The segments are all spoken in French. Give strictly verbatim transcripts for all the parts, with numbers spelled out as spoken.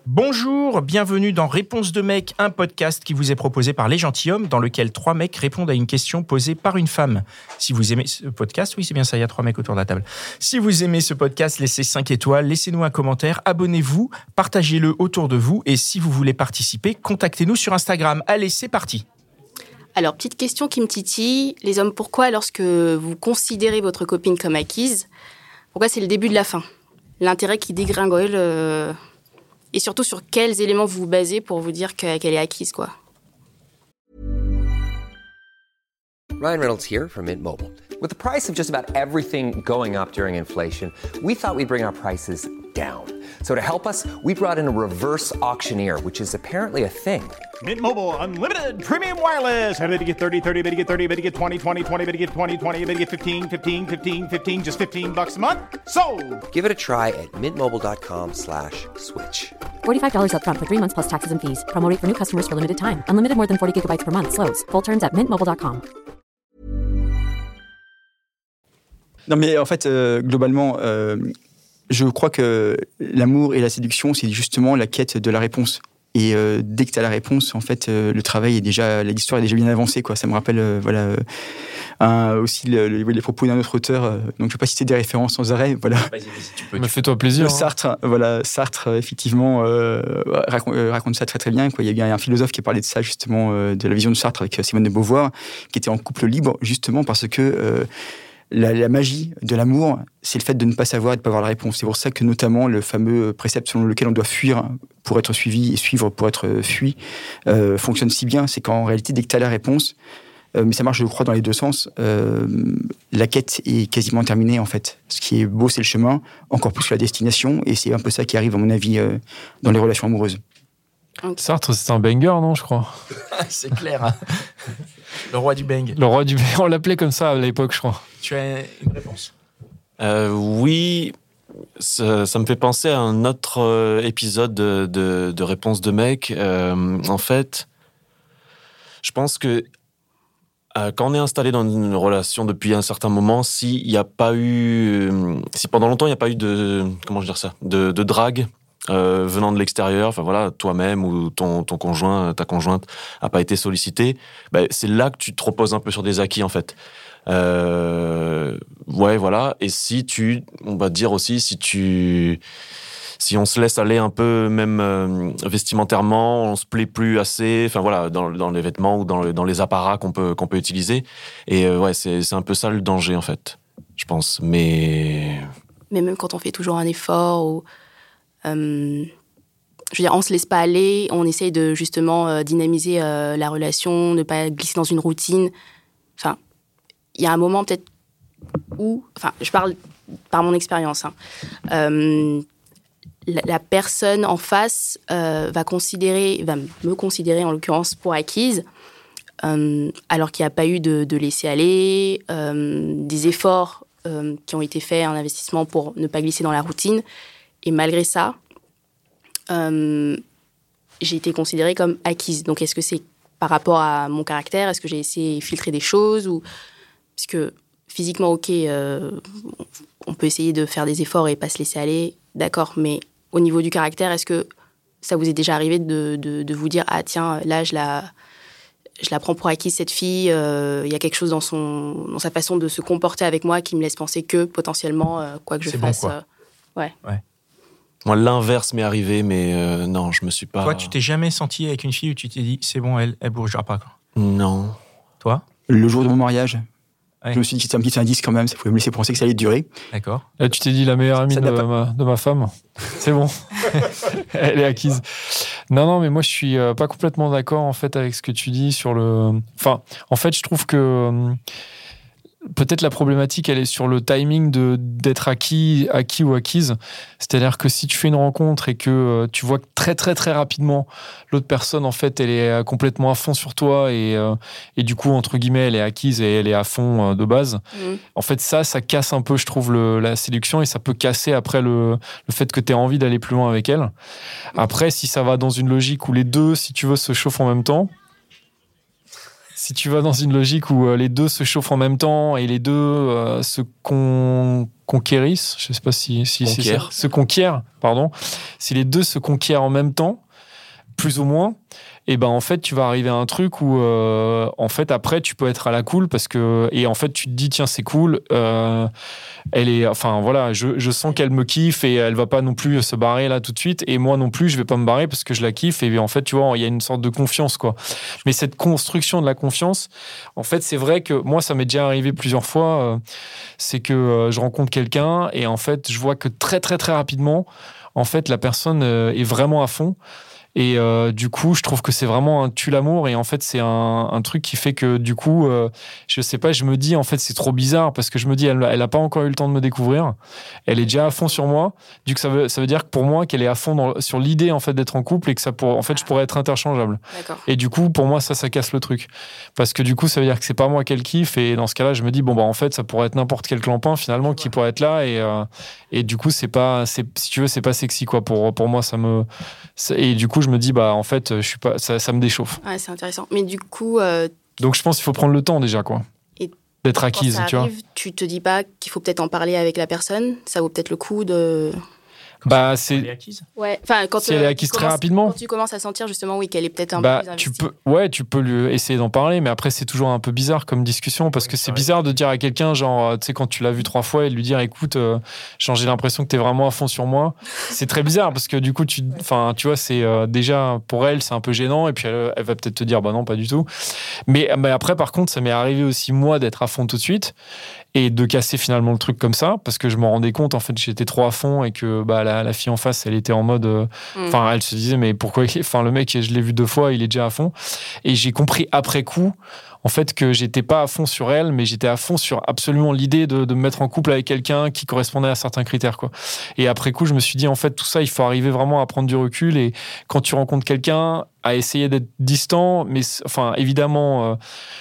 Bonjour, bienvenue dans Réponse de mec, un podcast qui vous est proposé par Les Gentilshommes, dans lequel trois mecs répondent à une question posée par une femme. Si vous aimez ce podcast, oui c'est bien ça, il y a trois mecs autour de la table. Si vous aimez ce podcast, laissez cinq étoiles, laissez-nous un commentaire, abonnez-vous, partagez-le autour de vous et si vous voulez participer, contactez-nous sur Instagram. Allez, c'est parti. Alors, petite question qui me titille. Les hommes, pourquoi, lorsque vous considérez votre copine comme acquise, pourquoi c'est le début de la fin ? L'intérêt qui dégringole euh, et surtout sur quels éléments vous vous basez pour vous dire que, qu'elle est acquise, quoi. Ryan Reynolds here from Mint Mobile. With the price of just about everything going up during inflation, we thought we'd bring our prices down. So to help us, we brought in a reverse auctioneer, which is apparently a thing. Mint Mobile Unlimited Premium Wireless. How to get thirty, thirty, how to get thirty, how to get twenty, twenty, twenty, how to get twenty, twenty, how to get fifteen, fifteen, fifteen, fifteen, just fifteen bucks a month? Sold! Give it a try at mintmobile.com slash switch. forty-five dollars up front for three months plus taxes and fees. Promo rate for new customers for limited time. Unlimited more than forty gigabytes per month. Slows full terms at mint mobile dot com. Non mais en fait, euh, globalement, euh, je crois que l'amour et la séduction, c'est justement la quête de la réponse. Et euh, dès que tu as la réponse, en fait, euh, le travail est déjà, l'histoire est déjà bien avancée, quoi. Ça me rappelle, euh, voilà, euh, un, aussi le, le, les propos d'un autre auteur. Euh, donc, je ne vais pas citer des références sans arrêt, voilà. Vas-y, vas-y, tu peux, Mais tu fais-toi plaisir. Le hein. Sartre, voilà, Sartre, effectivement, euh, raconte, euh, raconte ça très très bien, quoi. Il y a bien un philosophe qui a parlé de ça, justement, euh, de la vision de Sartre avec Simone de Beauvoir, qui était en couple libre, justement parce que euh, La, la magie de l'amour, c'est le fait de ne pas savoir et de ne pas avoir la réponse. C'est pour ça que notamment le fameux précepte selon lequel on doit fuir pour être suivi et suivre pour être fui euh, fonctionne si bien. C'est qu'en réalité, dès que tu as la réponse, euh, mais ça marche, je crois, dans les deux sens, euh, la quête est quasiment terminée, en fait. Ce qui est beau, c'est le chemin, encore plus que la destination, et c'est un peu ça qui arrive, à mon avis, euh, dans les relations amoureuses. Sartre, c'est un banger, non, je crois. C'est clair. Hein. Le roi du bang. Le roi du bang, on l'appelait comme ça à l'époque, je crois. Tu as une réponse ? euh, Oui, ça, ça me fait penser à un autre euh, épisode de, de, de Réponse de mec. Euh, en fait, je pense que euh, quand on est installé dans une relation depuis un certain moment, s'il n'y a pas eu... Euh, si pendant longtemps, il n'y a pas eu de... Comment je veux dire ça ? De, de drague Euh, venant de l'extérieur, enfin voilà, toi-même ou ton, ton conjoint, ta conjointe a pas été sollicité, ben, c'est là que tu te reposes un peu sur des acquis en fait. Euh, ouais, voilà. Et si tu, on va dire aussi, si tu, si on se laisse aller un peu, même euh, vestimentairement, on se plaît plus assez, enfin voilà, dans, dans les vêtements ou dans, le, dans les apparats qu'on peut, qu'on peut utiliser. Et euh, ouais, c'est, c'est un peu ça le danger en fait, je pense. Mais Mais même quand on fait toujours un effort ou Euh, je veux dire, on se laisse pas aller, on essaye de justement euh, dynamiser euh, la relation, ne pas glisser dans une routine. Enfin, il y a un moment peut-être où, enfin, je parle par mon expérience, hein, euh, la, la personne en face euh, va considérer, va me considérer en l'occurrence pour acquise, euh, alors qu'il n'y a pas eu de, de laisser aller, euh, des efforts euh, qui ont été faits, un investissement pour ne pas glisser dans la routine. Et malgré ça, euh, j'ai été considérée comme acquise. Donc, est-ce que c'est par rapport à mon caractère ? Est-ce que j'ai essayé de filtrer des choses ou... Parce que physiquement, OK, euh, on peut essayer de faire des efforts et pas se laisser aller, d'accord. Mais au niveau du caractère, est-ce que ça vous est déjà arrivé de, de, de vous dire « Ah tiens, là, je la, je la prends pour acquise, cette fille. Il euh, y a quelque chose dans, son, dans sa façon de se comporter avec moi qui me laisse penser que, potentiellement, euh, quoi que je c'est fasse... bon, quoi. Euh, ouais. Ouais. moi, l'inverse m'est arrivé, mais euh, non, je me suis pas... Toi, tu t'es jamais senti avec une fille où tu t'es dit, c'est bon, elle, elle bougera pas, quoi. Non. Toi ? Le jour de mon mariage, ouais. je me suis dit que c'était un petit indice quand même, ça pouvait me laisser penser que ça allait durer. D'accord. Là, tu t'es dit la meilleure amie Ça de n'a pas- ma, de ma femme. C'est bon. Elle est acquise. Non, non, mais moi, je suis euh, pas complètement d'accord, en fait, avec ce que tu dis sur le... Enfin, en fait, je trouve que... euh, peut-être la problématique, elle est sur le timing de, d'être acquis, acquis ou acquise. C'est-à-dire que si tu fais une rencontre et que euh, tu vois que très, très, très rapidement, l'autre personne, en fait, elle est complètement à fond sur toi et, euh, et du coup, entre guillemets, elle est acquise et elle est à fond euh, de base. Mmh. En fait, ça, ça casse un peu, je trouve, le, la séduction et ça peut casser après le, le fait que tu aies envie d'aller plus loin avec elle. Après, si ça va dans une logique où les deux, si tu veux, se chauffent en même temps, si tu vas dans une logique où euh, les deux se chauffent en même temps et les deux euh, se con- conquérissent, je sais pas si, si, si Conquièrent. se conquièrent, pardon, si les deux se conquièrent en même temps, plus ou moins, et ben en fait tu vas arriver à un truc où euh, en fait après tu peux être à la cool parce que et en fait tu te dis tiens c'est cool, euh, elle est enfin voilà je, je sens qu'elle me kiffe et elle va pas non plus se barrer là tout de suite et moi non plus je vais pas me barrer parce que je la kiffe et en fait tu vois il y a une sorte de confiance quoi. Mais cette construction de la confiance, en fait c'est vrai que moi ça m'est déjà arrivé plusieurs fois, euh, c'est que euh, je rencontre quelqu'un et en fait je vois que très très très rapidement en fait la personne euh, est vraiment à fond. Et euh, du coup, je trouve que c'est vraiment un tue l'amour. Et en fait, c'est un, un truc qui fait que du coup, euh, je sais pas, je me dis, en fait, c'est trop bizarre parce que je me dis, elle, elle a pas encore eu le temps de me découvrir. Elle est déjà à fond sur moi. Du coup, ça veut, ça veut dire que pour moi, qu'elle est à fond dans, sur l'idée, en fait, d'être en couple et que ça pour, en fait, je pourrais être interchangeable. D'accord. Et du coup, pour moi, ça, ça casse le truc. Parce que du coup, ça veut dire que c'est pas moi qu'elle kiffe. Et dans ce cas-là, je me dis, bon, bah, en fait, ça pourrait être n'importe quel clampin, finalement, qui pourrait être là. Et, euh, et du coup, c'est pas, c'est, si tu veux, c'est pas sexy, quoi. Pour, pour moi, ça me, et du coup, je me dis, bah, en fait, je suis pas, ça, ça me déchauffe. Ouais, c'est intéressant. Mais du coup, euh, Donc, je pense qu'il faut prendre le temps, déjà, quoi. Et d'être quand acquise, ça tu vois. arrive, tu te dis pas qu'il faut peut-être en parler avec la personne. Ça vaut peut-être le coup de. Bah, Elle est c'est. acquise. Ouais. Enfin, quand Si elle est euh, acquise tu très commences- rapidement. Quand tu commences à sentir justement, oui, qu'elle est peut-être un Bah, peu plus tu investie. peux, ouais, tu peux lui essayer d'en parler, mais après, c'est toujours un peu bizarre comme discussion parce que c'est bizarre de dire à quelqu'un, genre, tu sais, quand tu l'as vu trois fois et de lui dire, écoute, euh, genre, j'ai l'impression que t'es vraiment à fond sur moi. C'est très bizarre parce que du coup, tu, enfin, tu vois, c'est euh, déjà pour elle, c'est un peu gênant et puis elle, elle va peut-être te dire, bah non, pas du tout. Mais, mais après, par contre, ça m'est arrivé aussi, moi, d'être à fond tout de suite et de casser finalement le truc comme ça parce que je me rendais compte, en fait, j'étais trop à fond et que bah, la, la fille en face, elle était en mode. euh, Enfin, Mm. elle se disait, mais pourquoi. Enfin, le mec, je l'ai vu deux fois, il est déjà à fond. Et j'ai compris après coup, en fait, que j'étais pas à fond sur elle, mais j'étais à fond sur absolument l'idée de, de me mettre en couple avec quelqu'un qui correspondait à certains critères, quoi. Et après coup, je me suis dit, en fait, tout ça, il faut arriver vraiment à prendre du recul. Et quand tu rencontres quelqu'un, à essayer d'être distant, mais enfin, évidemment. Euh,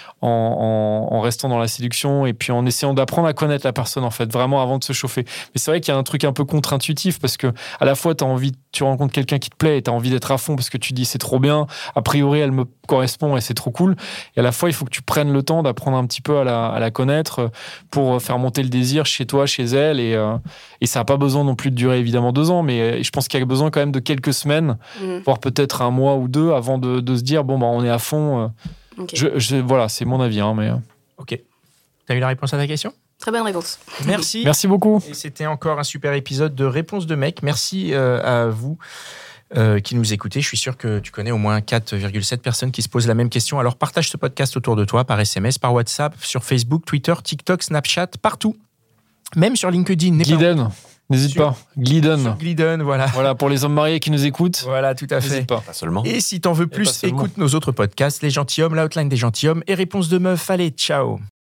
En, en, en restant dans la séduction et puis en essayant d'apprendre à connaître la personne en fait vraiment avant de se chauffer. Mais c'est vrai qu'il y a un truc un peu contre-intuitif parce que à la fois t'as envie, tu rencontres quelqu'un qui te plaît et t'as envie d'être à fond parce que tu dis c'est trop bien, a priori elle me correspond et c'est trop cool, et à la fois il faut que tu prennes le temps d'apprendre un petit peu à la, à la connaître pour faire monter le désir chez toi, chez elle, et, euh, et ça n'a pas besoin non plus de durer évidemment deux ans, mais je pense qu'il y a besoin quand même de quelques semaines, Mm. voire peut-être un mois ou deux avant de, de se dire bon bah on est à fond. euh, Ok. Je, je- voilà, c'est mon avis. Hein, mais... Ok. T'as eu la réponse à ta question? Très bonne réponse. Merci. Merci beaucoup. Et c'était encore un super épisode de Réponse de mec. Merci euh, à vous euh, qui nous écoutez. Je suis sûr que tu connais au moins quatre virgule sept personnes qui se posent la même question. Alors partage ce podcast autour de toi par S M S, par WhatsApp, sur Facebook, Twitter, TikTok, Snapchat, partout. Même sur LinkedIn. N'aie pas honte. Glidden, n'hésite Sur- pas. Glidden. Sur Glidden, voilà. Voilà, pour les hommes mariés qui nous écoutent, Voilà, tout à fait. n'hésite pas. Pas seulement. Et si t'en veux pas plus, seulement. écoute nos autres podcasts, Les Gentilhommes, l'outline des Gentilhommes et Réponse de meuf. Allez, ciao.